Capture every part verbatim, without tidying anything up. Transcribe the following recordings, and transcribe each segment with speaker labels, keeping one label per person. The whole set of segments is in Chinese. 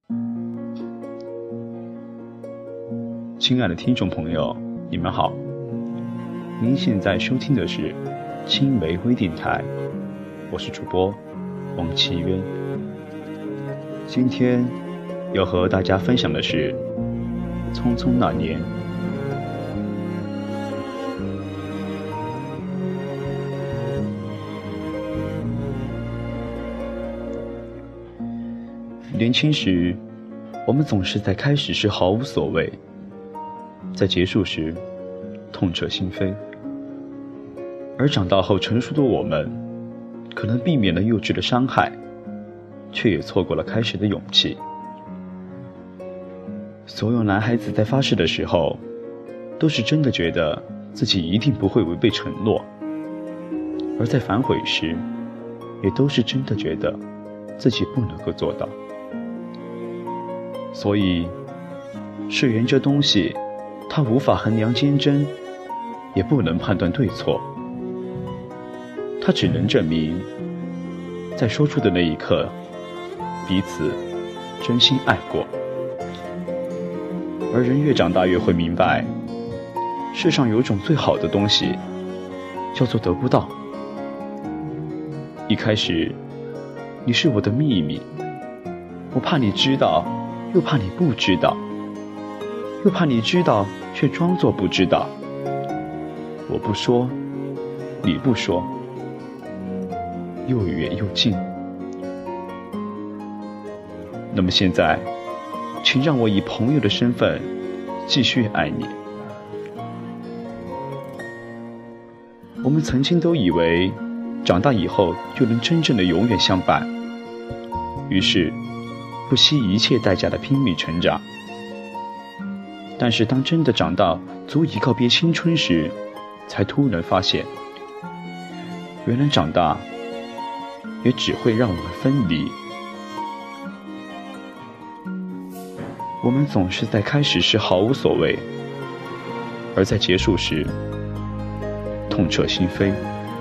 Speaker 1: 亲爱的听众朋友，你们好，您现在收听的是青梅微电台，我是主播王奇渊。今天要和大家分享的是匆匆那年。年轻时，我们总是在开始时毫无所谓，在结束时痛彻心扉。而长大后成熟的我们，可能避免了幼稚的伤害，却也错过了开始的勇气。所有男孩子在发誓的时候，都是真的觉得自己一定不会违背承诺，而在反悔时，也都是真的觉得自己不能够做到。所以誓言这东西，它无法衡量坚贞，也不能判断对错，它只能证明在说出的那一刻，彼此真心爱过。而人越长大越会明白，世上有种最好的东西叫做得不到。一开始你是我的秘密，我怕你知道，又怕你不知道，又怕你知道却装作不知道。我不说，你不说，又远又近。那么现在，请让我以朋友的身份继续爱你。我们曾经都以为长大以后就能真正的永远相伴，于是不惜一切代价的拼命成长。但是当真的长到足以告别青春时，才突然发现，原来长大也只会让我们分离。我们总是在开始时毫无所谓，而在结束时痛彻心扉。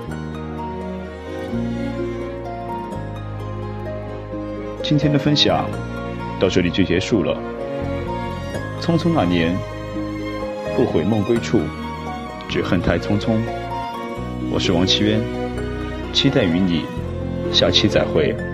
Speaker 1: 今天的分享到这里就结束了。匆匆那年，不悔梦归处，只恨太匆匆。我是王奇渊，期待与你下期再会。